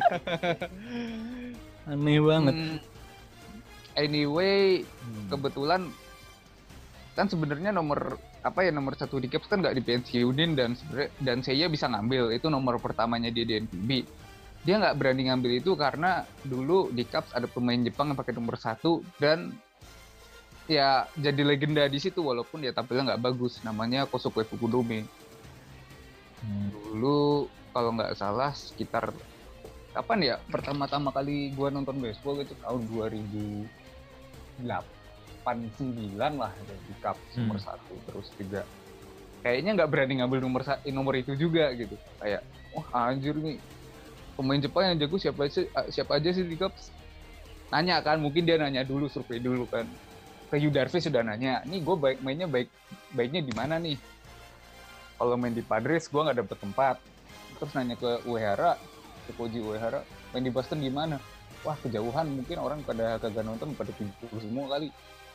Aneh banget. Hmm, anyway, kebetulan kan sebenarnya nomor apa ya nomor satu di Caps kan nggak dipensiunin dan sebenarnya dan saya bisa ngambil itu nomor pertamanya dia di N P B. Dia nggak berani ngambil itu karena dulu di Caps ada pemain Jepang yang pakai nomor satu dan ya jadi legenda di situ walaupun dia tampilnya nggak bagus. Namanya Kosuke Fukudome. Hmm. Dulu kalau nggak salah sekitar kapan ya pertama-tama kali gua nonton baseball itu tahun dua ribu delapan sembilan lah di Cup hmm. nomor satu terus juga kayaknya nggak berani ngambil nomor nomor itu juga gitu kayak wah anjir nih pemain Jepang yang jago siapa aja siapa aja sih di Cup nanya kan mungkin dia nanya dulu survei dulu kan ke Yu Darvish sudah nanya nih gue baik mainnya baik baiknya di mana nih kalau main di Padres gue nggak dapet tempat terus nanya ke Uehara ke Koji Uehara main di Boston gimana? Wah kejauhan mungkin orang pada kagak nonton pada tidur semua kali.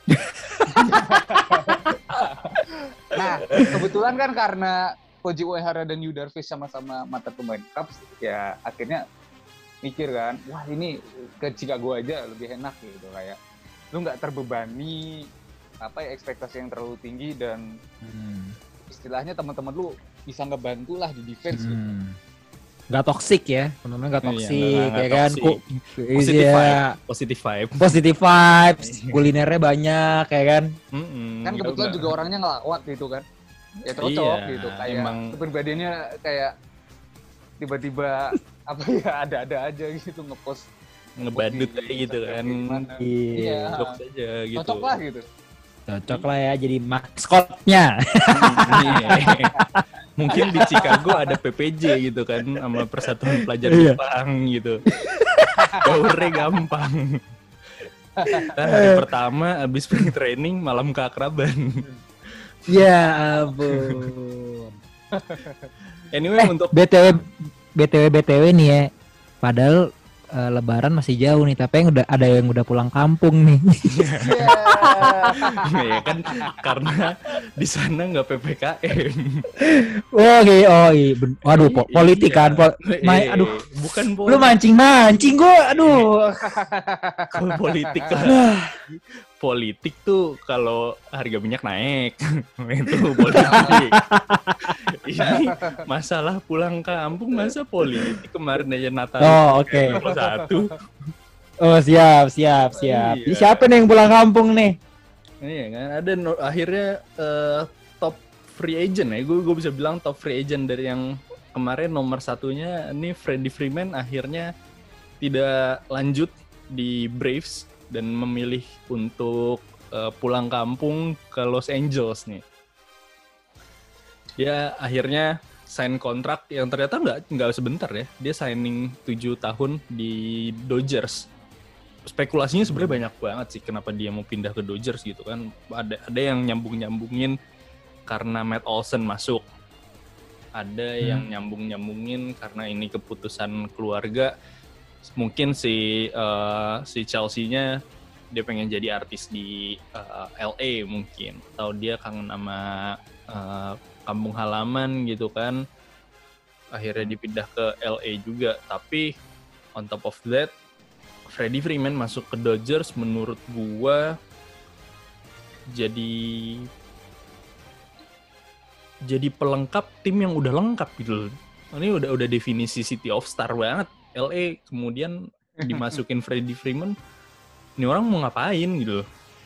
Nah kebetulan kan karena Koji Uehara dan Yu Darvish sama-sama mata pemain Cubs ya akhirnya mikir kan wah ini ke Chicago aja lebih enak gitu kayak lu nggak terbebani apa ya ekspektasi yang terlalu tinggi dan hmm. istilahnya teman-teman lu bisa ngebantu lah di defense hmm. gitu. Gak toksik ya, teman-teman gak toksik iya, ya kan, Ku, positive iya. vibe, positive vibe, positive vibes, kulinernya banyak ya kan, mm-hmm, kan kebetulan juga, juga orangnya ngelawak gitu kan, ya cocok iya, gitu, kayak emang... kepribadiannya kayak tiba-tiba apa ya ada-ada aja gitu ngepost, ngebadut kayak gitu kan, iya, cocok saja gitu, cocok lah gitu, cocok lah ya jadi maskotnya. Mungkin di Chicago ada P P J gitu kan sama Persatuan Pelajar iya. Jepang gitu. Gaurnya gampang. Kan hari pertama abis spring training malam keakraban. Ya ampun. Anyway eh, untuk B T W B T W B T W nih ya. Padahal uh, Lebaran masih jauh nih, tapi yang udah ada yang udah pulang kampung nih. Ya kan karena di sana nggak P P K M. Oh iya, oh iya. Waduh, po- politik kan. Po- ma- aduh, bukan politik. Lu mancing-mancing gue, aduh. Kalau politik lah. Politik tuh kalau harga minyak naik, itu politik. Ini masalah pulang kampung masa politik kemarin aja Natal. Oh oke. Okay. Satu. Oh siap siap siap. Iya. Siapa nih yang pulang kampung nih? Iya kan ada no, akhirnya uh, top free agent ya. Gue gue bisa bilang top free agent dari yang kemarin nomor satunya ini Freddie Freeman akhirnya tidak lanjut di Braves dan memilih untuk uh, pulang kampung ke Los Angeles nih. Ya akhirnya sign kontrak yang ternyata nggak nggak sebentar ya. Dia signing tujuh tahun di Dodgers. Spekulasinya sebenarnya banyak banget sih kenapa dia mau pindah ke Dodgers gitu kan. Ada ada yang nyambung-nyambungin karena Matt Olson masuk. Ada hmm. yang nyambung-nyambungin karena ini keputusan keluarga. Mungkin si uh, si Chelsea-nya dia pengen jadi artis di uh, L A mungkin, atau dia kangen sama uh, kampung halaman gitu kan, akhirnya dipindah ke L A juga. Tapi on top of that, Freddie Freeman masuk ke Dodgers menurut gua jadi jadi pelengkap tim yang udah lengkap gitu loh. Ini udah udah definisi City of Star banget L A, kemudian dimasukin Freddie Freeman, ini orang mau ngapain gitu loh.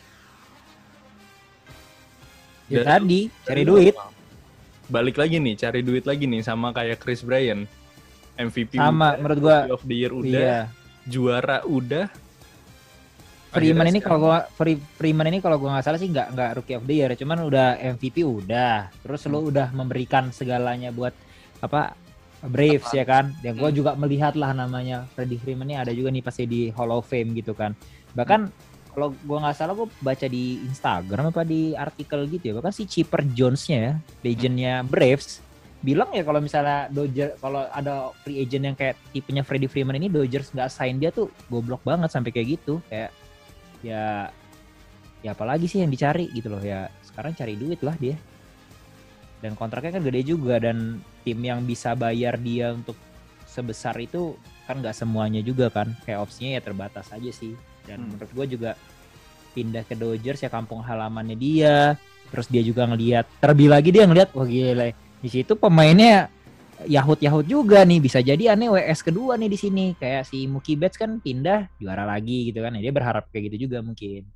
Ya tadi cari duit. Balik lagi nih, cari duit lagi nih, sama kayak Chris Bryant. M V P sama udah, menurut gua Rookie of the Year udah, iya. juara udah. Freeman ini kalau sekarang, gua Free, Freeman ini kalau gua nggak salah sih nggak nggak Rookie of the Year, cuman udah M V P udah. Terus Hmm. lo udah memberikan segalanya buat apa Braves Apa? ya kan. Ya gua Hmm. juga melihat lah namanya Freddie Freeman ini ada juga nih pasti di Hall of Fame gitu kan. Bahkan kalau gua nggak salah gua baca di Instagram apa di artikel gitu ya, bahkan si Chipper Jones-nya ya, legendnya Braves bilang ya kalau misalnya Dodgers kalau ada free agent yang kayak tipenya Freddie Freeman ini, Dodgers nggak sign dia tuh goblok banget sampai kayak gitu. Kayak ya ya apalagi sih yang dicari gitu loh ya, sekarang cari duit lah dia, dan kontraknya kan gede juga, dan tim yang bisa bayar dia untuk sebesar itu kan nggak semuanya juga kan, kayak opsinya ya terbatas aja sih. Dan Hmm. menurut gue juga pindah ke Dodgers ya kampung halamannya dia, terus dia juga ngelihat, terlebih lagi dia ngelihat wah gila di situ pemainnya Yahut-Yahut juga nih, bisa jadi aneh W S kedua nih di sini, kayak si Mookie Betts kan pindah juara lagi gitu kan, ya dia berharap kayak gitu juga mungkin.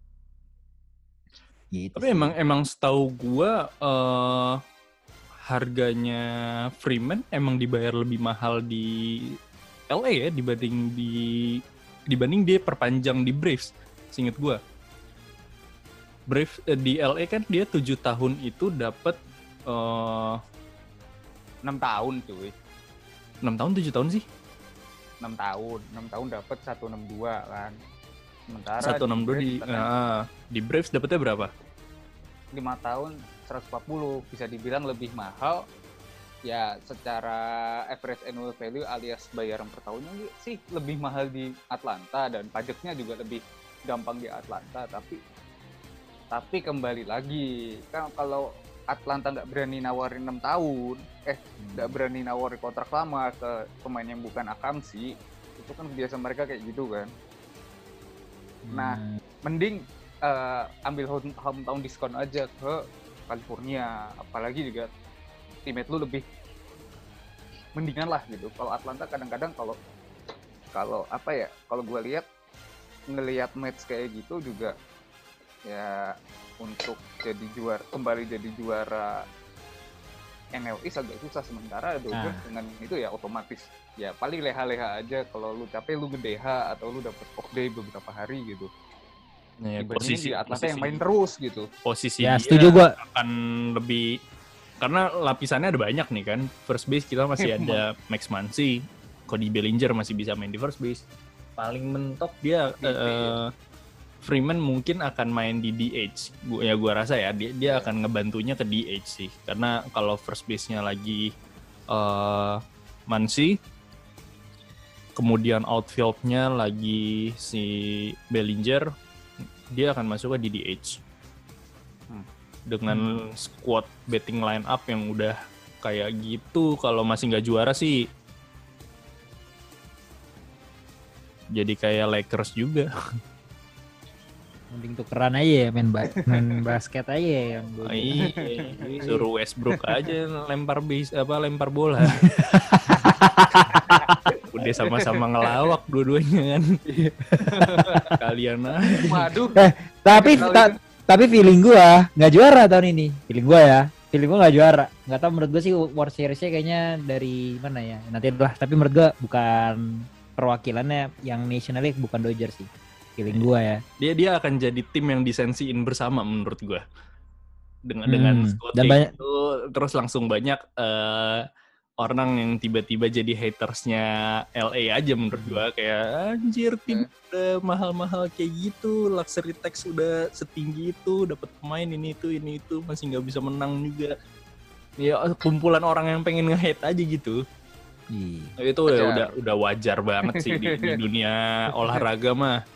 Gitu tapi sih. emang emang setahu gua uh, harganya Freeman emang dibayar lebih mahal di L A ya dibanding di dibanding dia perpanjang di Braves. Seinget gua, Braves eh, di L A kan dia tujuh tahun itu dapat uh, enam tahun cuy. enam tahun tujuh tahun sih. enam tahun. enam tahun dapat seratus enam puluh dua kan. Sementara seratus enam puluh dua di Braves nah, di Braves dapetnya berapa? lima tahun seratus empat puluh, bisa dibilang lebih mahal. Ya secara average annual value alias bayaran per tahunnya sih lebih mahal di Atlanta, dan pajaknya juga lebih gampang di Atlanta. Tapi tapi kembali lagi kan kalau Atlanta nggak berani nawarin enam tahun, eh nggak berani nawarin kontrak lama ke pemain yang bukan akamsi, itu kan biasa mereka kayak gitu kan. Nah, Hmm. mending uh, ambil home, hometown diskon aja ke California, apalagi juga teammate lu lebih mendingan lah gitu. Kalau Atlanta kadang-kadang kalau kalau apa ya, kalau gue lihat ngelihat match kayak gitu juga ya, untuk jadi juara kembali jadi juara N L East agak susah. Sementara Dodgers Nah. dengan itu ya otomatis ya paling leha-leha aja, kalau lu capek lu gedeha atau lu dapet off day beberapa hari gitu. Ya, Dibandingin posisi di Atlanta yang posisi- main terus gitu. posisi Ya dia setuju gua. akan lebih, karena lapisannya ada banyak nih kan. First base kita masih ada Max Muncy, Cody Bellinger masih bisa main di first base. Paling mentok dia D H, eh, Freeman mungkin akan main di D H. Gua ya gua rasa ya dia dia akan ngebantunya ke D H sih. Karena kalau first base-nya lagi eh Muncy, kemudian outfield-nya lagi si Bellinger, dia akan masuk ke D H. Hmm. Dengan squad betting line up yang udah kayak gitu, kalau masih nggak juara sih jadi kayak Lakers juga. Mending tukeran aja ya, main, ba- main basket aja ya yang dulu. Iya, suruh Westbrook aja lempar bis apa lempar bola. Udah sama-sama ngelawak dua-duanya kan. Kalian aja. Waduh, Tapi Kenal ta- tapi feeling gua nggak juara tahun ini. Feeling gua ya. Feeling gua nggak juara. Nggak tahu, menurut gua sih World Series-nya kayaknya dari mana ya. Nanti lah. Tapi menurut gua bukan perwakilannya yang nationally, bukan Dodgers sih. Feeling gua ya. Dia dia akan jadi tim yang disensiin bersama menurut gua. Dengan Hmm, dengan squad dan kayak banyak- gitu, terus langsung banyak eh, orang yang tiba-tiba jadi hatersnya L A aja menurut gua, kayak anjir tim udah mahal-mahal kayak gitu, luxury tax udah setinggi itu, dapat pemain ini itu ini itu masih nggak bisa menang juga. Ya kumpulan orang yang pengen nge-hate aja gitu. Iya. Itu udah Wajar. udah udah wajar banget sih di, di dunia olahraga mah.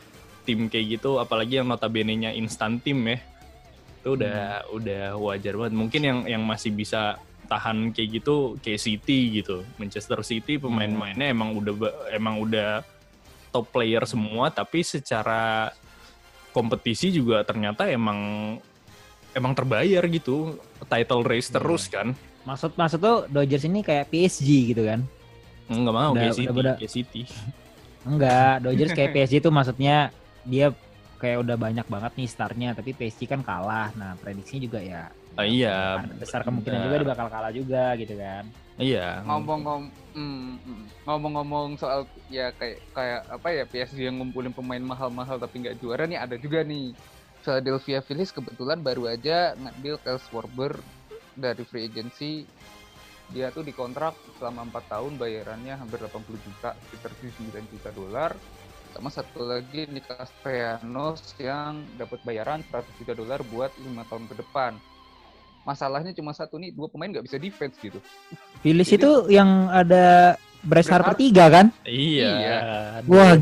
tim kayak gitu, apalagi yang notabene-nya instan tim ya, itu udah hmm. udah wajar banget. Mungkin yang yang masih bisa tahan kayak gitu kayak City gitu, Manchester City pemain-pemainnya emang udah emang udah top player semua, tapi secara kompetisi juga ternyata emang emang terbayar gitu, title race yeah. terus kan. Maksud maksud tuh Dodgers ini kayak P S G gitu kan? Enggak mau udah, kayak City, udah, kayak City. Enggak, Dodgers kayak P S G tuh maksudnya dia kayak udah banyak banget nih startnya, tapi P S G kan kalah. Nah prediksinya juga ya. Oh, iya. Besar kemungkinan bener. juga dia bakal kalah juga gitu kan. Iya. Ngomong-ngomong, mm, ngomong-ngomong soal ya kayak kayak apa ya P S G yang ngumpulin pemain mahal-mahal tapi nggak juara nih, ada juga nih. Philadelphia Phillies kebetulan baru aja ngambil Kyle Schwarber dari free agency. Dia tuh dikontrak selama empat tahun, bayarannya hampir delapan puluh juta, sekitar sembilan juta dolar. Sama satu lagi Nick Castellanos yang dapat bayaran seratus juta dolar buat lima tahun ke depan. Masalahnya cuma satu nih, dua pemain nggak bisa defense gitu. Phillies itu yang ada Bryce Harper tiga kan? Iya. iya. Wah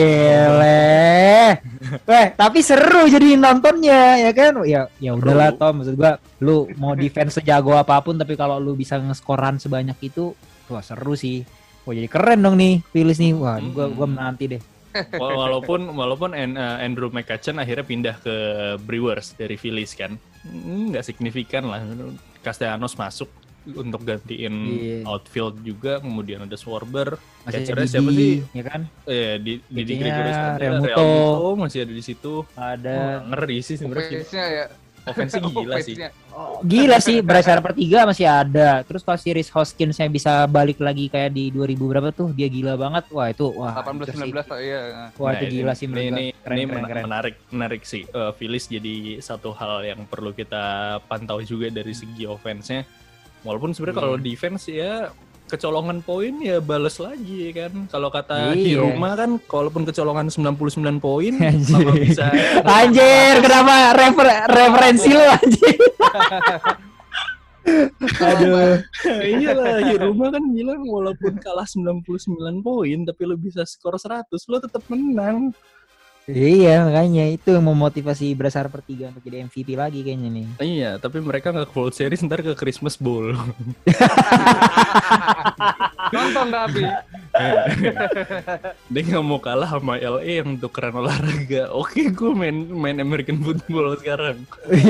gile. Weh, tapi seru jadi nontonnya ya kan? Ya ya udahlah Tom, maksud gua lu mau defense sejago apapun tapi kalau lu bisa ngeskoran sebanyak itu, wah seru sih. Wah jadi keren dong nih Phillies nih. Wah, hmm. gua gua menanti deh. Walaupun walaupun Andrew McCutchen akhirnya pindah ke Brewers dari Phillies kan, nggak signifikan lah. Castellanos masuk untuk gantiin yeah. outfield juga, kemudian ada Schwarber, catchernya siapa sih? Ya kan? Eh di di di Real Muto masih ada di situ. Ada oh, ngeri sih sebenarnya. Ya. Ofensnya gila sih. Oh, gila sih, Bryce Harper tiga masih ada. Terus kalau si Rhys Hoskins yang bisa balik lagi kayak di dua ribu berapa tuh, dia gila banget. Wah itu wah delapan belas sembilan belas iya. Wah nah, itu gila ini, sih ini, ini, keren, ini keren, keren. menarik menarik sih. Uh, Phillies jadi satu hal yang perlu kita pantau juga dari segi offense-nya. Walaupun sebenarnya hmm. kalau defense ya kecolongan poin ya bales lagi kan. Kalau kata iya. Hiruma kan, walaupun kecolongan sembilan puluh sembilan poin, sama bisa. Anjir, kenapa refer- referensi lu anjir? Aduh. Iyalah, Hiruma kan bilang walaupun kalah sembilan puluh sembilan poin, tapi lu bisa skor seratus, lu tetap menang. Iya, makanya itu yang memotivasi Bryce Harper tiga untuk jadi M V P lagi kayaknya nih. Iya, tapi mereka nggak ke World Series, ntar ke Christmas Bowl. Nonton tapi. Dia nggak mau kalah sama L A yang tukeran olahraga. Oke, gue main main American Football sekarang.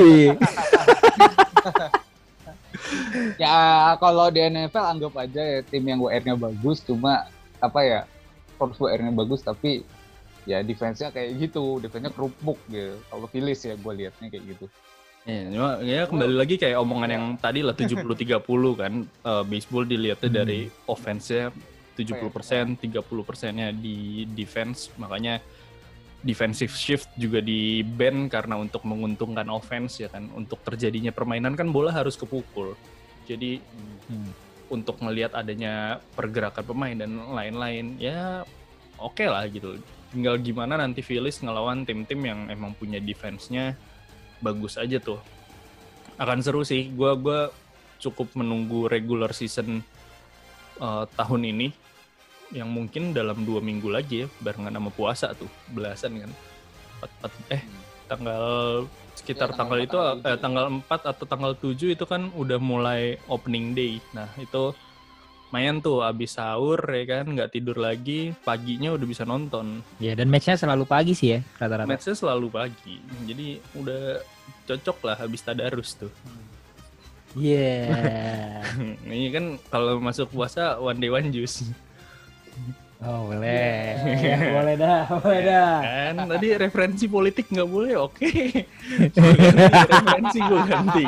Ya kalau di N F L anggap aja ya tim yang W R-nya bagus, cuma apa ya, force W R-nya bagus tapi ya defense-nya kayak gitu, defense-nya kerupuk gitu. Kalau Phillies ya gue liatnya kayak gitu. Ya, cuma ya kembali lagi kayak omongan yang tadi lah tujuh puluh tiga puluh kan. Uh, baseball dilihatnya hmm. dari offense-nya tujuh puluh persen, tiga puluh persen-nya di defense. Makanya defensive shift juga di ban karena untuk menguntungkan offense ya kan. Untuk terjadinya permainan kan bola harus kepukul. Jadi hmm. untuk melihat adanya pergerakan pemain dan lain-lain ya oke okay lah gitu. Tinggal gimana nanti Phillies ngelawan tim-tim yang emang punya defense-nya bagus aja tuh. Akan seru sih. Gua gua cukup menunggu regular season uh, tahun ini yang mungkin dalam dua minggu lagi ya, barengan sama puasa tuh, belasan kan. Eh tanggal sekitar ya, tanggal, tanggal itu tanggal, eh, tanggal empat atau tanggal tujuh itu kan udah mulai opening day. Nah, itu lumayan tuh abis sahur ya kan, nggak tidur lagi, paginya udah bisa nonton. Ya dan matchnya selalu pagi sih ya rata-rata. Matchnya selalu pagi, jadi udah cocok lah habis tadarus tuh. Iya. Yeah. Ini kan kalau masuk puasa one day one juice. Oh boleh, ya, boleh dah, boleh dah. Kan tadi referensi politik nggak boleh, oke. Referensi gue ganti.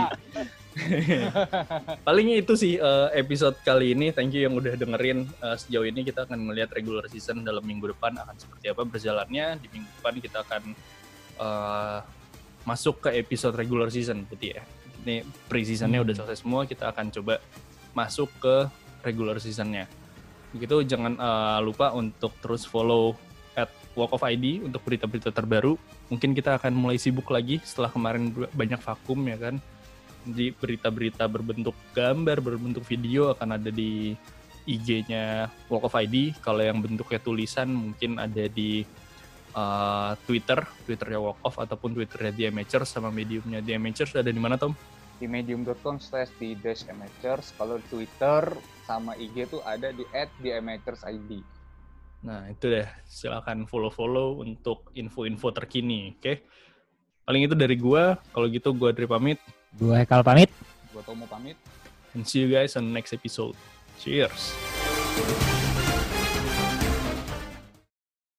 Palingnya itu sih uh, episode kali ini. Thank you yang udah dengerin. Uh, sejauh ini kita akan melihat regular season dalam minggu depan akan seperti apa berjalannya. Di minggu depan kita akan uh, masuk ke episode regular season berarti ya. Ini pre-seasonnya hmm. udah selesai semua. Kita akan coba masuk ke regular seasonnya. Begitu jangan uh, lupa untuk terus follow at Walk of I D untuk berita-berita terbaru. Mungkin kita akan mulai sibuk lagi setelah kemarin banyak vakum ya kan. Di berita-berita berbentuk gambar, berbentuk video akan ada di I G-nya Walk of I D. Kalau yang bentuknya tulisan mungkin ada di uh, Twitter, Twitternya Walk Off ataupun Twitternya The Amateurs sama Mediumnya The Amateurs ada di mana Tom? Di medium.com slash the dash amateurs. Kalau Twitter sama I G tuh ada di at the amateurs I D. Nah itu deh, silakan follow-follow untuk info-info terkini, oke? Okay? Paling itu dari gua. Kalau gitu gua Dri pamit. Gue Hekal pamit. Gue Tomo pamit. And see you guys on the next episode. Cheers!